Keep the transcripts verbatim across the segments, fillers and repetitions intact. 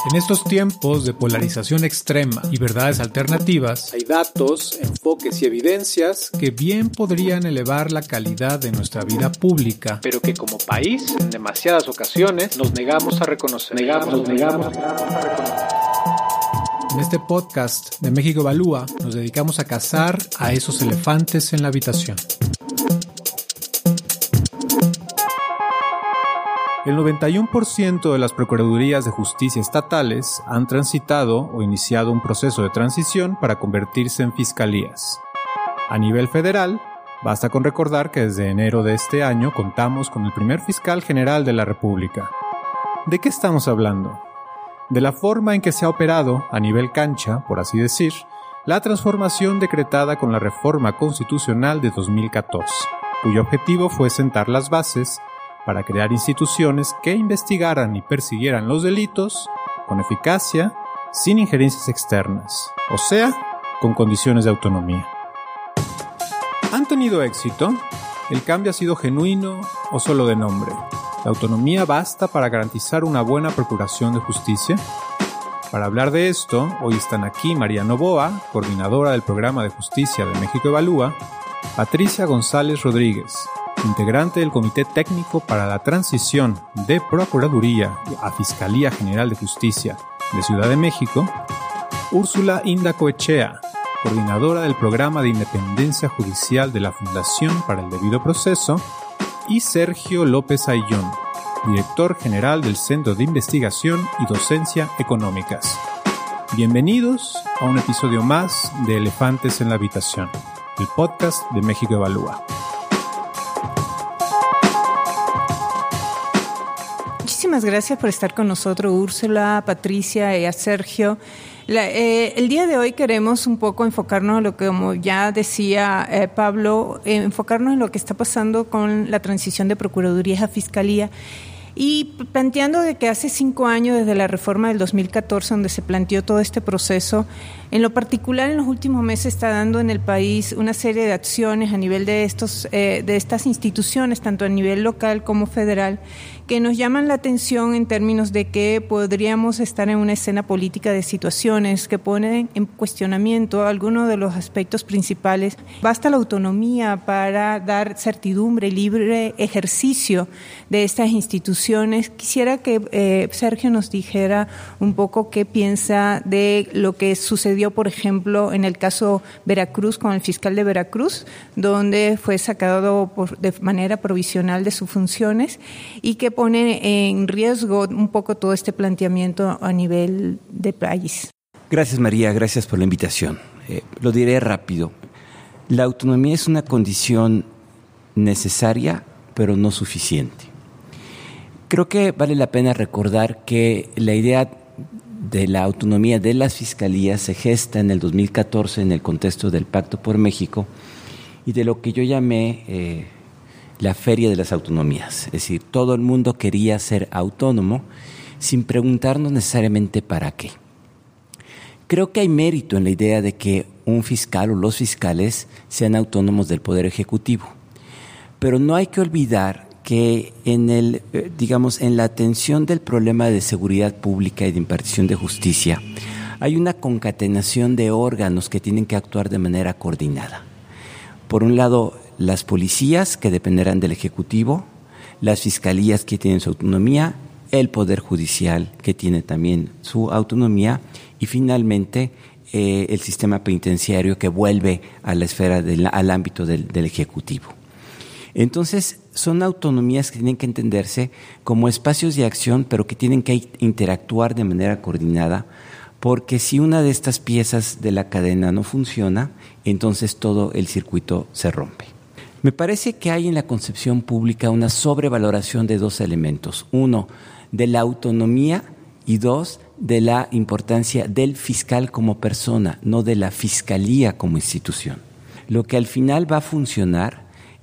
En estos tiempos de polarización extrema y verdades alternativas, hay datos, enfoques y evidencias que bien podrían elevar la calidad de nuestra vida pública, pero que como país, en demasiadas ocasiones, nos negamos a reconocer. Negamos, nos negamos, negamos a reconocer. En este podcast de México Evalúa, nos dedicamos a cazar a esos elefantes en la habitación. El noventa y uno por ciento de las Procuradurías de Justicia estatales han transitado o iniciado un proceso de transición para convertirse en fiscalías. A nivel federal, basta con recordar que desde enero de este año contamos con el primer fiscal general de la República. ¿De qué estamos hablando? De la forma en que se ha operado, a nivel cancha, por así decir, la transformación decretada con la Reforma Constitucional de dos mil catorce, cuyo objetivo fue sentar las bases para crear instituciones que investigaran y persiguieran los delitos con eficacia, sin injerencias externas, o sea, con condiciones de autonomía. ¿Han tenido éxito? ¿El cambio ha sido genuino o solo de nombre? ¿La autonomía basta para garantizar una buena procuración de justicia? Para hablar de esto, hoy están aquí María Novoa, coordinadora del Programa de Justicia de México Evalúa, Patricia González Rodríguez, integrante del Comité Técnico para la Transición de Procuraduría a Fiscalía General de Justicia de Ciudad de México, Úrsula Indacoechea, coordinadora del Programa de Independencia Judicial de la Fundación para el Debido Proceso, y Sergio López Ayllón, director general del Centro de Investigación y Docencia Económicas. Bienvenidos a un episodio más de Elefantes en la Habitación, el podcast de México Evalúa. Muchísimas gracias por estar con nosotros, Úrsula, Patricia y a Sergio. La, eh, el día de hoy queremos un poco enfocarnos en lo que, como ya decía eh, Pablo, eh, enfocarnos en lo que está pasando con la transición de Procuradurías a Fiscalía. Y planteando de que hace cinco años, desde la reforma del dos mil catorce, donde se planteó todo este proceso, en lo particular en los últimos meses está dando en el país una serie de acciones a nivel de, estos, eh, de estas instituciones, tanto a nivel local como federal, que nos llaman la atención en términos de que podríamos estar en una escena política de situaciones que ponen en cuestionamiento algunos de los aspectos principales. Basta la autonomía para dar certidumbre y libre ejercicio de estas instituciones. Quisiera que eh, Sergio nos dijera un poco qué piensa de lo que sucedió, por ejemplo, en el caso Veracruz con el fiscal de Veracruz, donde fue sacado por, de manera provisional de sus funciones y que pone en riesgo un poco todo este planteamiento a nivel de país. Gracias, María, gracias por la invitación. Eh, lo diré rápido. La autonomía es una condición necesaria, pero no suficiente. Creo que vale la pena recordar que la idea de la autonomía de las fiscalías se gesta en el dos mil catorce en el contexto del Pacto por México y de lo que yo llamé eh, la Feria de las Autonomías. Es decir, todo el mundo quería ser autónomo sin preguntarnos necesariamente para qué. Creo que hay mérito en la idea de que un fiscal o los fiscales sean autónomos del Poder Ejecutivo, pero no hay que olvidar que en el, digamos, en la atención del problema de seguridad pública y de impartición de justicia hay una concatenación de órganos que tienen que actuar de manera coordinada. Por un lado, las policías, que dependerán del Ejecutivo, las fiscalías, que tienen su autonomía, el Poder Judicial, que tiene también su autonomía, y finalmente eh, el sistema penitenciario, que vuelve a la esfera, del, al ámbito del, del Ejecutivo. Entonces, son autonomías que tienen que entenderse como espacios de acción, pero que tienen que interactuar de manera coordinada, porque si una de estas piezas de la cadena no funciona, entonces todo el circuito se rompe. Me parece que hay en la concepción pública una sobrevaloración de dos elementos. Uno, de la autonomía, y dos, de la importancia del fiscal como persona, no de la fiscalía como institución. Lo que al final va a funcionar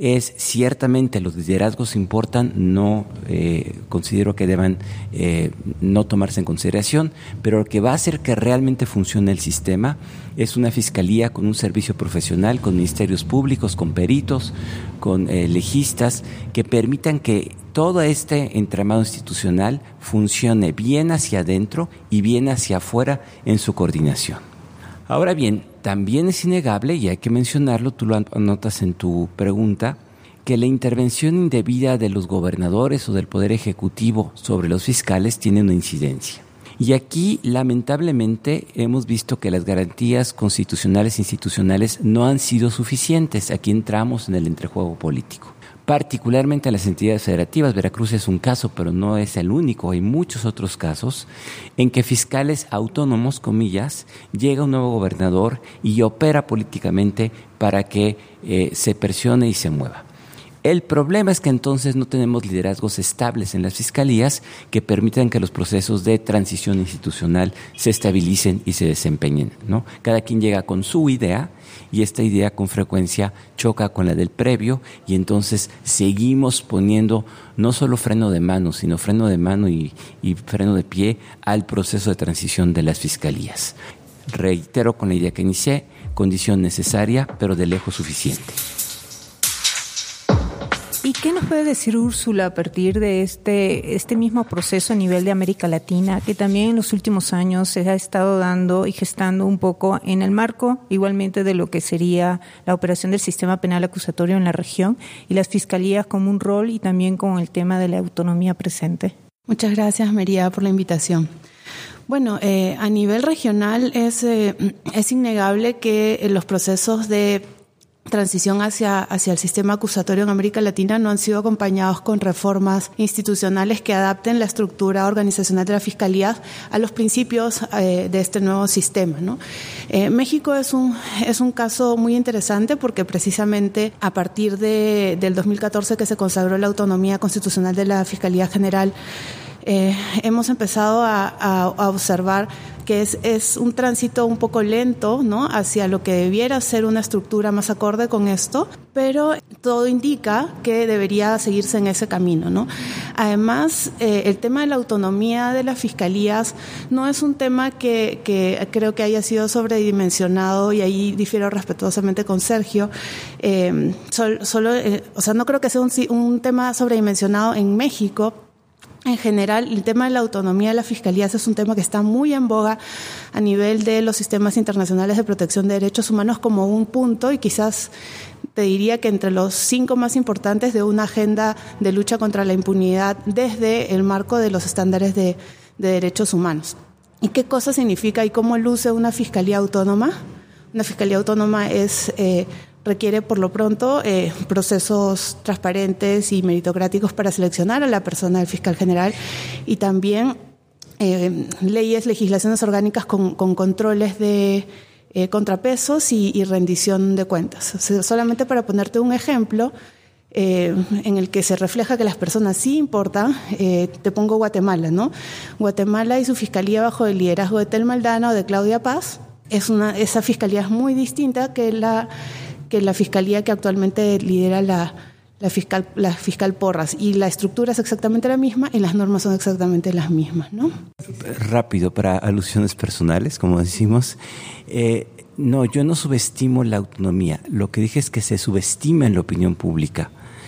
es ciertamente los liderazgos importan, no eh, considero que deban eh, no tomarse en consideración, pero lo que va a hacer que realmente funcione el sistema es una fiscalía con un servicio profesional, con ministerios públicos, con peritos, con eh, legistas, que permitan que todo este entramado institucional funcione bien hacia adentro y bien hacia afuera en su coordinación. Ahora bien, también es innegable, y hay que mencionarlo, tú lo anotas en tu pregunta, que la intervención indebida de los gobernadores o del Poder Ejecutivo sobre los fiscales tiene una incidencia. Y aquí, lamentablemente, hemos visto que las garantías constitucionales e institucionales no han sido suficientes. Aquí entramos en el entrejuego político. Particularmente en las entidades federativas, Veracruz es un caso, pero no es el único, hay muchos otros casos en que fiscales autónomos, comillas, llega un nuevo gobernador y opera políticamente para que eh, se presione y se mueva. El problema es que entonces no tenemos liderazgos estables en las fiscalías que permitan que los procesos de transición institucional se estabilicen y se desempeñen, ¿no? Cada quien llega con su idea y esta idea con frecuencia choca con la del previo y entonces seguimos poniendo no solo freno de mano, sino freno de mano y, y freno de pie al proceso de transición de las fiscalías. Reitero con la idea que inicié, condición necesaria, pero de lejos suficiente. ¿Y qué nos puede decir Úrsula a partir de este, este mismo proceso a nivel de América Latina, que también en los últimos años se ha estado dando y gestando un poco en el marco igualmente de lo que sería la operación del sistema penal acusatorio en la región y las fiscalías como un rol y también con el tema de la autonomía presente? Muchas gracias, María, por la invitación. Bueno, eh, a nivel regional es, eh, es innegable que los procesos de transición hacia, hacia el sistema acusatorio en América Latina no han sido acompañados con reformas institucionales que adapten la estructura organizacional de la Fiscalía a los principios eh, de este nuevo sistema, ¿no? Eh, México es un, es un caso muy interesante porque precisamente a partir de, del dos mil catorce que se consagró la autonomía constitucional de la Fiscalía General, Eh, hemos empezado a, a, a observar que es, es un tránsito un poco lento, ¿no?, hacia lo que debiera ser una estructura más acorde con esto, pero todo indica que debería seguirse en ese camino, ¿no? Además, eh, el tema de la autonomía de las fiscalías no es un tema que, que creo que haya sido sobredimensionado, y ahí difiero respetuosamente con Sergio. Eh, sol, solo, eh, o sea, no creo que sea un, un tema sobredimensionado en México. En general, el tema de la autonomía de las fiscalías es un tema que está muy en boga a nivel de los sistemas internacionales de protección de derechos humanos como un punto, y quizás te diría que entre los cinco más importantes de una agenda de lucha contra la impunidad desde el marco de los estándares de, de derechos humanos. ¿Y qué cosa significa y cómo luce una fiscalía autónoma? Una fiscalía autónoma es... Eh, requiere por lo pronto eh, procesos transparentes y meritocráticos para seleccionar a la persona del fiscal general, y también eh, leyes, legislaciones orgánicas con, con controles de eh, contrapesos y, y rendición de cuentas. O sea, solamente para ponerte un ejemplo eh, en el que se refleja que las personas sí importan, eh, te pongo Guatemala, ¿no? Guatemala y su fiscalía bajo el liderazgo de Telma Aldana o de Claudia Paz, es una, esa fiscalía es muy distinta que la que la fiscalía que actualmente lidera la, la, fiscal, la fiscal Porras, y la estructura es exactamente la misma y las normas son exactamente las mismas, ¿no? Rápido, para alusiones personales, como decimos, eh, no, yo no subestimo la autonomía. Lo que dije es que se subestima en la opinión pública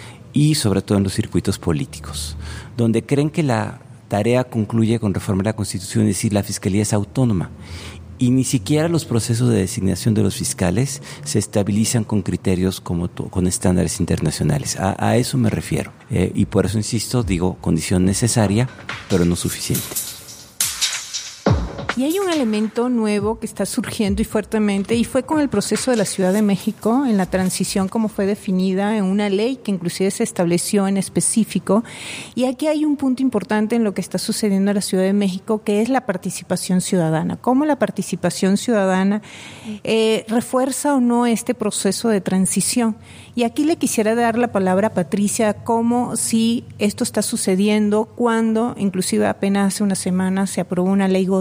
y sobre todo en los circuitos políticos, donde creen que la tarea concluye con reformar la Constitución, es decir, la Fiscalía es autónoma. Y ni siquiera los procesos de designación de los fiscales se estabilizan con criterios como to, con estándares internacionales. A, a eso me refiero. Eh, y por eso insisto, digo, condición necesaria, pero no suficiente. Y hay un elemento nuevo que está surgiendo y fuertemente, y fue con el proceso de la Ciudad de México, en la transición como fue definida en una ley que inclusive se estableció en específico. Y aquí hay un punto importante en lo que está sucediendo en la Ciudad de México, que es la participación ciudadana. ¿Cómo la participación ciudadana eh, refuerza o no este proceso de transición? Y aquí le quisiera dar la palabra a Patricia, cómo si esto está sucediendo cuando, inclusive apenas hace una semana, se aprobó una ley Godoy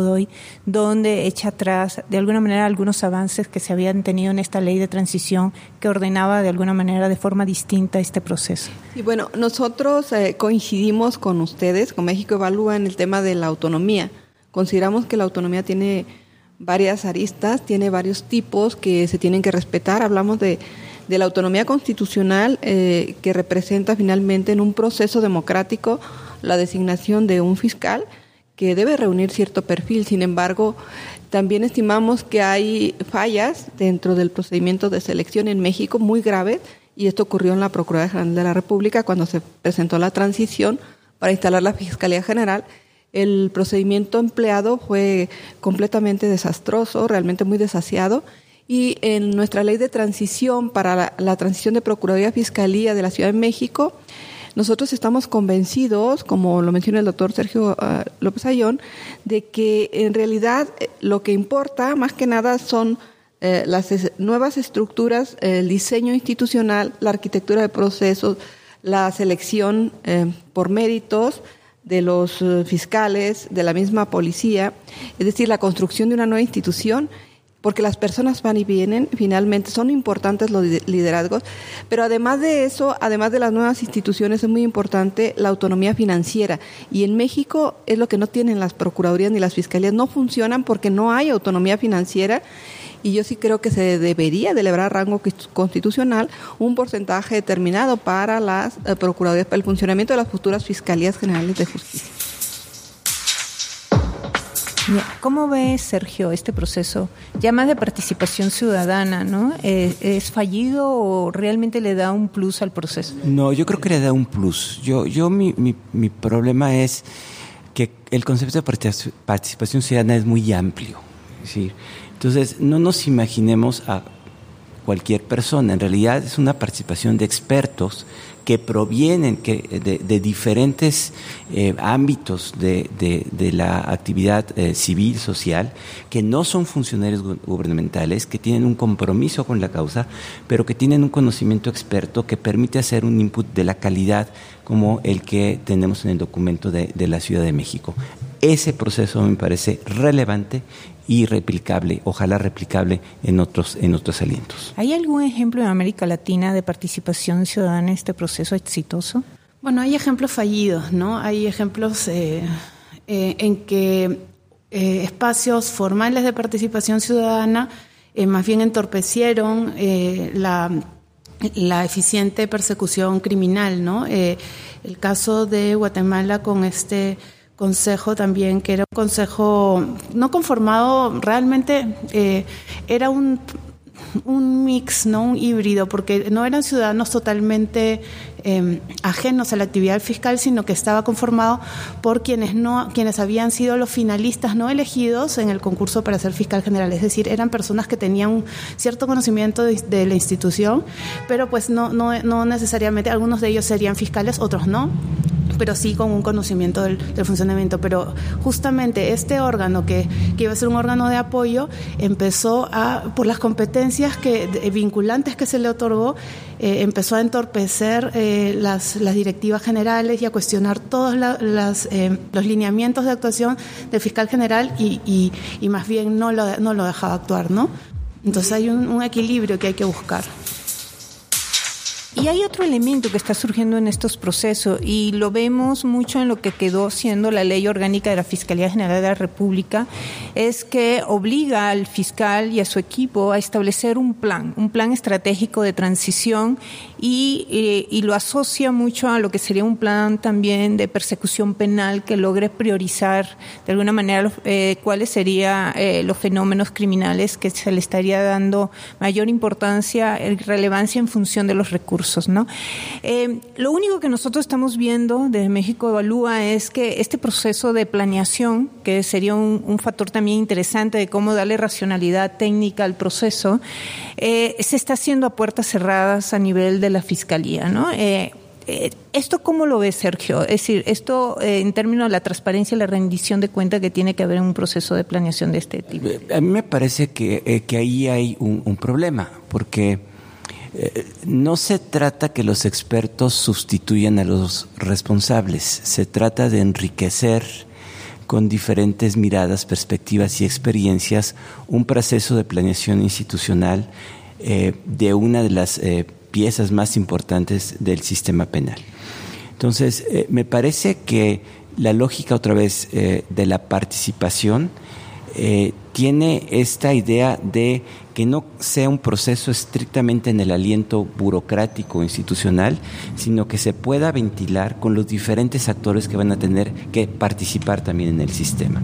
donde echa atrás de alguna manera algunos avances que se habían tenido en esta ley de transición que ordenaba de alguna manera de forma distinta este proceso. Y bueno, nosotros eh, coincidimos con ustedes, con México Evalúa, en el tema de la autonomía. Consideramos que la autonomía tiene varias aristas, tiene varios tipos que se tienen que respetar. Hablamos de, de la autonomía constitucional eh, que representa finalmente en un proceso democrático la designación de un fiscal que debe reunir cierto perfil. Sin embargo, también estimamos que hay fallas dentro del procedimiento de selección en México muy graves, y esto ocurrió en la Procuraduría General de la República cuando se presentó la transición para instalar la Fiscalía General. El procedimiento empleado fue completamente desastroso, realmente muy desasiado, y en nuestra ley de transición para la, la transición de Procuraduría Fiscalía de la Ciudad de México, nosotros estamos convencidos, como lo menciona el doctor Sergio uh, López Ayón, de que en realidad eh, lo que importa más que nada son eh, las es, nuevas estructuras, eh, el diseño institucional, la arquitectura de procesos, la selección eh, por méritos de los uh, fiscales, de la misma policía, es decir, la construcción de una nueva institución, porque las personas van y vienen, finalmente son importantes los liderazgos, pero además de eso, además de las nuevas instituciones, es muy importante la autonomía financiera, y en México es lo que no tienen las procuradurías ni las fiscalías, no funcionan porque no hay autonomía financiera. Y yo sí creo que se debería de elevar a rango constitucional un porcentaje determinado para las eh, procuradurías, para el funcionamiento de las futuras fiscalías generales de justicia. ¿Cómo ve, Sergio, este proceso ya más de participación ciudadana, ¿no? ¿Es, es fallido o realmente le da un plus al proceso? No, yo creo que le da un plus. Yo, yo mi, mi, mi problema es que el concepto de participación ciudadana es muy amplio. Es decir, entonces, no nos imaginemos a cualquier persona. En realidad es una participación de expertos que provienen que de, de diferentes eh, ámbitos de, de, de la actividad eh, civil, social, que no son funcionarios gu- gubernamentales, que tienen un compromiso con la causa, pero que tienen un conocimiento experto que permite hacer un input de la calidad como el que tenemos en el documento de, de la Ciudad de México. Ese proceso me parece relevante y replicable, ojalá replicable en otros en otros alientos. ¿Hay algún ejemplo en América Latina de participación ciudadana en este proceso exitoso? Bueno, hay ejemplos fallidos, ¿no? Hay ejemplos eh, eh, en que eh, espacios formales de participación ciudadana eh, más bien entorpecieron eh, la, la eficiente persecución criminal, ¿no? Eh, el caso de Guatemala con este consejo también, que era un consejo no conformado, realmente eh, era un, un mix, no un híbrido, porque no eran ciudadanos totalmente eh, ajenos a la actividad fiscal, sino que estaba conformado por quienes no, quienes habían sido los finalistas no elegidos en el concurso para ser fiscal general, es decir, eran personas que tenían un cierto conocimiento de, de la institución, pero pues no, no, no necesariamente, algunos de ellos serían fiscales, otros no, pero sí con un conocimiento del, del funcionamiento. Pero justamente este órgano, que, que iba a ser un órgano de apoyo, empezó a, por las competencias que, de, vinculantes que se le otorgó, eh, empezó a entorpecer eh, las, las directivas generales y a cuestionar todos la, las, eh, los lineamientos de actuación del fiscal general y, y, y más bien no lo, no lo dejaba actuar, ¿no? Entonces hay un, un equilibrio que hay que buscar. Y hay otro elemento que está surgiendo en estos procesos y lo vemos mucho en lo que quedó siendo la Ley Orgánica de la Fiscalía General de la República, es que obliga al fiscal y a su equipo a establecer un plan, un plan estratégico de transición y, y, y lo asocia mucho a lo que sería un plan también de persecución penal que logre priorizar de alguna manera los, eh, cuáles serían eh, los fenómenos criminales que se le estaría dando mayor importancia y relevancia en función de los recursos. ¿No? Eh, lo único que nosotros estamos viendo desde México Evalúa es que este proceso de planeación, que sería un, un factor también interesante de cómo darle racionalidad técnica al proceso, eh, se está haciendo a puertas cerradas a nivel de la Fiscalía, ¿no? Eh, eh, ¿Esto cómo lo ve, Sergio? Es decir, esto eh, en términos de la transparencia y la rendición de cuentas que tiene que haber en un proceso de planeación de este tipo. A mí me parece que, eh, que ahí hay un, un problema, porque Eh, no se trata que los expertos sustituyan a los responsables, se trata de enriquecer con diferentes miradas, perspectivas y experiencias, un proceso de planeación institucional eh, de una de las eh, piezas más importantes del sistema penal. Entonces, eh, me parece que la lógica otra vez eh, de la participación eh, tiene esta idea de que no sea un proceso estrictamente en el aliento burocrático institucional, sino que se pueda ventilar con los diferentes actores que van a tener que participar también en el sistema.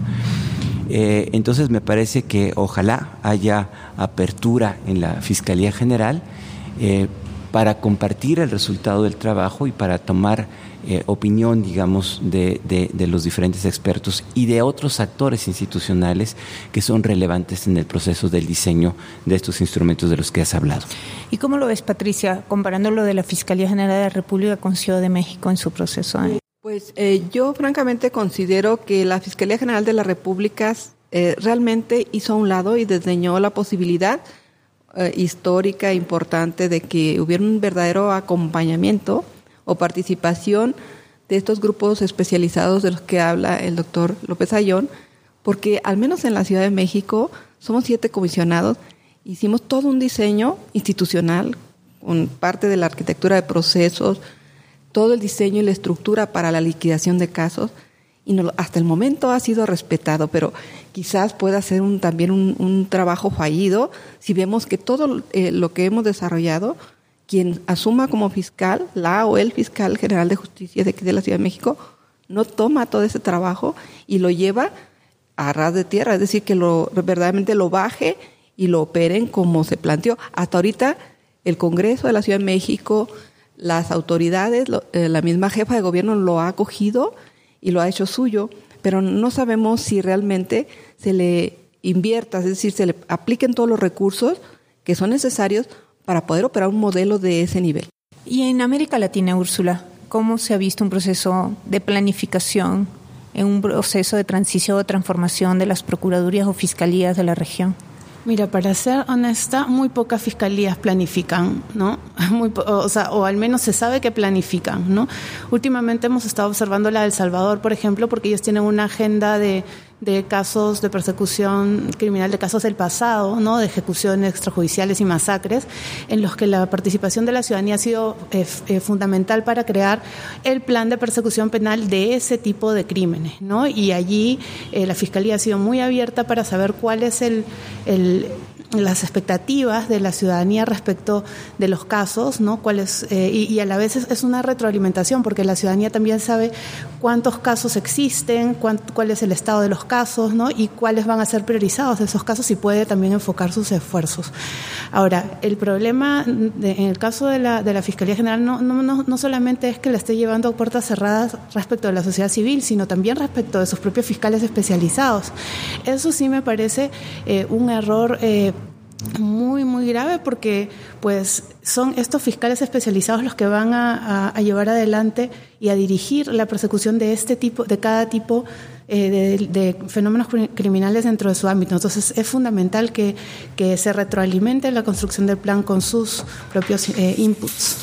Eh, entonces me parece que ojalá haya apertura en la Fiscalía General eh, para compartir el resultado del trabajo y para tomar eh, opinión, digamos, de, de, de los diferentes expertos y de otros actores institucionales que son relevantes en el proceso del diseño de estos instrumentos de los que has hablado. ¿Y cómo lo ves, Patricia, comparando lo de la Fiscalía General de la República con Ciudad de México en su proceso? Pues eh, yo francamente considero que la Fiscalía General de la República eh, realmente hizo a un lado y desdeñó la posibilidad eh, histórica importante de que hubiera un verdadero acompañamiento o participación de estos grupos especializados de los que habla el doctor López Ayllón, porque al menos en la Ciudad de México somos siete comisionados, hicimos todo un diseño institucional con parte de la arquitectura de procesos, todo el diseño y la estructura para la liquidación de casos, y no, hasta el momento ha sido respetado, pero quizás pueda ser un, también un, un trabajo fallido si vemos que todo eh, lo que hemos desarrollado, quien asuma como fiscal, la o el fiscal general de justicia de aquí de la Ciudad de México, no toma todo ese trabajo y lo lleva a ras de tierra, es decir, que lo verdaderamente lo baje y lo operen como se planteó. Hasta ahorita el Congreso de la Ciudad de México, las autoridades, lo, eh, la misma jefa de gobierno lo ha acogido y lo ha hecho suyo, pero no sabemos si realmente se le invierta, es decir, se le apliquen todos los recursos que son necesarios para poder operar un modelo de ese nivel. Y en América Latina, Úrsula, ¿cómo se ha visto un proceso de planificación, en un proceso de transición o transformación de las procuradurías o fiscalías de la región? Mira, para ser honesta, muy pocas fiscalías planifican, ¿no? Muy po- o sea, o al menos se sabe que planifican, ¿no? Últimamente hemos estado observando la de El Salvador, por ejemplo, porque ellos tienen una agenda de, de casos de persecución criminal, de casos del pasado, ¿no? De ejecuciones extrajudiciales y masacres, en los que la participación de la ciudadanía ha sido eh, eh, fundamental para crear el plan de persecución penal de ese tipo de crímenes, ¿no? Y allí eh, la Fiscalía ha sido muy abierta para saber cuál es el, el las expectativas de la ciudadanía respecto de los casos, ¿no? Cuáles, eh, y, y a la vez es, es una retroalimentación, porque la ciudadanía también sabe cuántos casos existen, cuánto, cuál es el estado de los casos, ¿no? Y cuáles van a ser priorizados de esos casos, y puede también enfocar sus esfuerzos. Ahora, el problema de, en el caso de la, de la Fiscalía General no, no, no, no solamente es que la esté llevando a puertas cerradas respecto de la sociedad civil, sino también respecto de sus propios fiscales especializados. Eso sí me parece eh, un error eh, muy, muy grave, porque pues son estos fiscales especializados los que van a, a, a llevar adelante y a dirigir la persecución de este tipo, de cada tipo eh, de, de fenómenos criminales dentro de su ámbito. Entonces es fundamental que, que se retroalimente la construcción del plan con sus propios eh, inputs.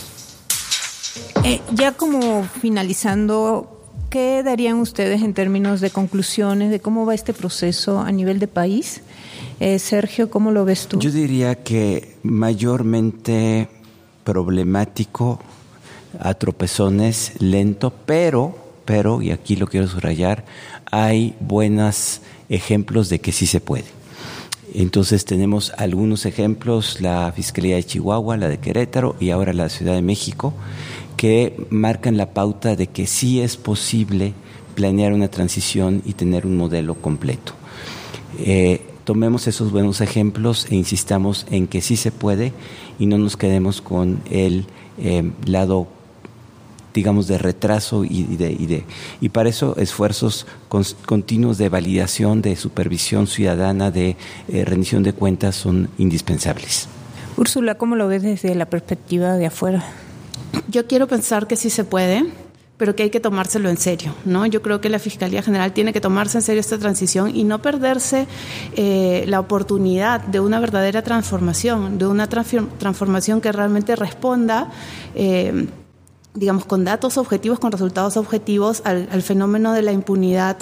Eh, ya como finalizando, ¿qué darían ustedes en términos de conclusiones de cómo va este proceso a nivel de país? Eh, Sergio, ¿cómo lo ves tú? Yo diría que mayormente problemático, a tropezones, lento, pero, pero, y aquí lo quiero subrayar, hay buenos ejemplos de que sí se puede. Entonces tenemos algunos ejemplos, la Fiscalía de Chihuahua, la de Querétaro y ahora la Ciudad de México, que marcan la pauta de que sí es posible planear una transición y tener un modelo completo. Eh, Tomemos esos buenos ejemplos e insistamos en que sí se puede y no nos quedemos con el eh, lado, digamos, de retraso y de, y de y para eso esfuerzos con, continuos de validación, de supervisión ciudadana, de eh, rendición de cuentas son indispensables. Úrsula, ¿cómo lo ves desde la perspectiva de afuera? Yo quiero pensar que sí se puede, pero que hay que tomárselo en serio, ¿no? Yo creo que la Fiscalía General tiene que tomarse en serio esta transición y no perderse eh, la oportunidad de una verdadera transformación, de una transform- transformación que realmente responda, eh, digamos, con datos objetivos, con resultados objetivos al, al fenómeno de la impunidad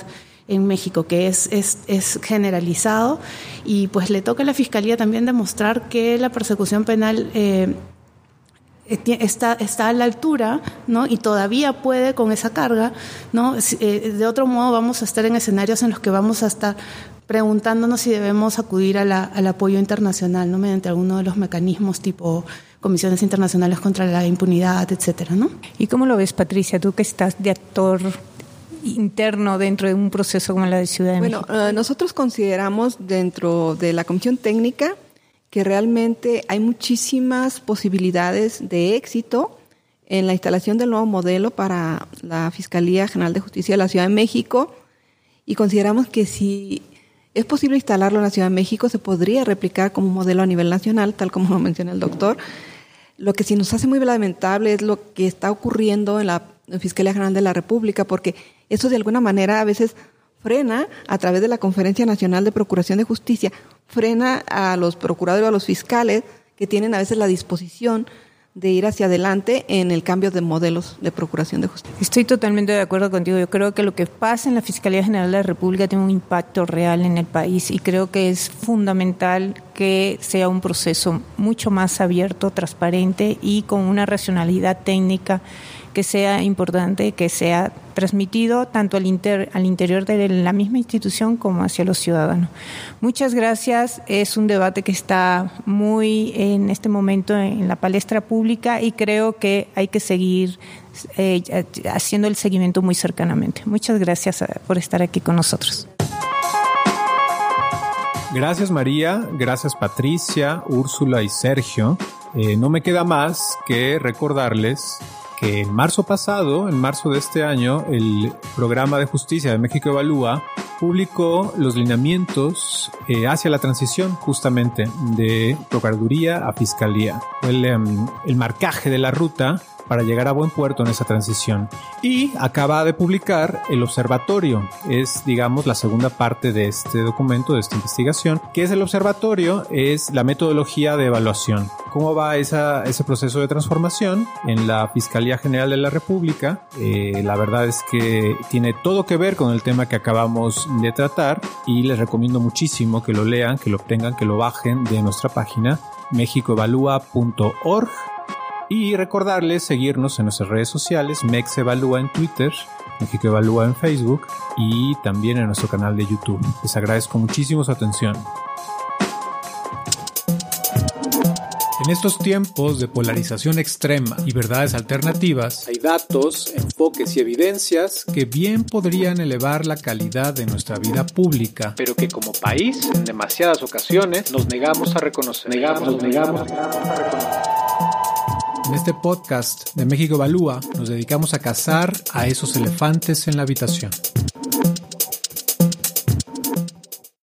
en México, que es, es, es generalizado, y pues le toca a la Fiscalía también demostrar que la persecución penal eh, Está, está a la altura, ¿no? Y todavía puede con esa carga, ¿no? Eh, de otro modo vamos a estar en escenarios en los que vamos a estar preguntándonos si debemos acudir a la, al apoyo internacional, ¿no? Mediante alguno de los mecanismos tipo comisiones internacionales contra la impunidad, etcétera, ¿no? ¿Y cómo lo ves, Patricia, tú que estás de actor interno dentro de un proceso como la de Ciudad de bueno, México? Bueno, uh, nosotros consideramos dentro de la Comisión Técnica que realmente hay muchísimas posibilidades de éxito en la instalación del nuevo modelo para la Fiscalía General de Justicia de la Ciudad de México, y consideramos que si es posible instalarlo en la Ciudad de México, se podría replicar como modelo a nivel nacional, tal como lo menciona el doctor. Lo que sí nos hace muy lamentable es lo que está ocurriendo en la Fiscalía General de la República, porque eso de alguna manera a veces frena, a través de la Conferencia Nacional de Procuración de Justicia, frena a los procuradores o a los fiscales que tienen a veces la disposición de ir hacia adelante en el cambio de modelos de procuración de justicia. Estoy totalmente de acuerdo contigo. Yo creo que lo que pasa en la Fiscalía General de la República tiene un impacto real en el país, y creo que es fundamental que sea un proceso mucho más abierto, transparente y con una racionalidad técnica que sea importante, que sea transmitido tanto al, inter, al interior de la misma institución como hacia los ciudadanos. Muchas gracias. Es un debate que está muy en este momento en la palestra pública, y creo que hay que seguir eh, haciendo el seguimiento muy cercanamente. Muchas gracias por estar aquí con nosotros. Gracias, María, gracias, Patricia, Úrsula y Sergio. Eh, no me queda más que recordarles que en marzo pasado, en marzo de este año, el Programa de Justicia de México Evalúa publicó los lineamientos eh, hacia la transición justamente de Procuraduría a Fiscalía. El, um, el marcaje de la ruta para llegar a buen puerto en esa transición. Y acaba de publicar el observatorio. Es, digamos, la segunda parte de este documento, de esta investigación. ¿Qué es el observatorio? Es la metodología de evaluación. ¿Cómo va esa, ese proceso de transformación en la Fiscalía General de la República? Eh, la verdad es que tiene todo que ver con el tema que acabamos de tratar, y les recomiendo muchísimo que lo lean, que lo obtengan, que lo bajen de nuestra página mexico evalúa punto org. Y recordarles seguirnos en nuestras redes sociales, Mex Evalúa en Twitter, México Evalúa en Facebook, y también en nuestro canal de YouTube. Les agradezco muchísimo su atención. En estos tiempos de polarización extrema y verdades alternativas, hay datos, enfoques y evidencias que bien podrían elevar la calidad de nuestra vida pública, pero que como país, en demasiadas ocasiones, nos negamos a reconocer. Negamos, nos negamos, nos negamos a reconocer. En este podcast de México Evalúa nos dedicamos a cazar a esos elefantes en la habitación.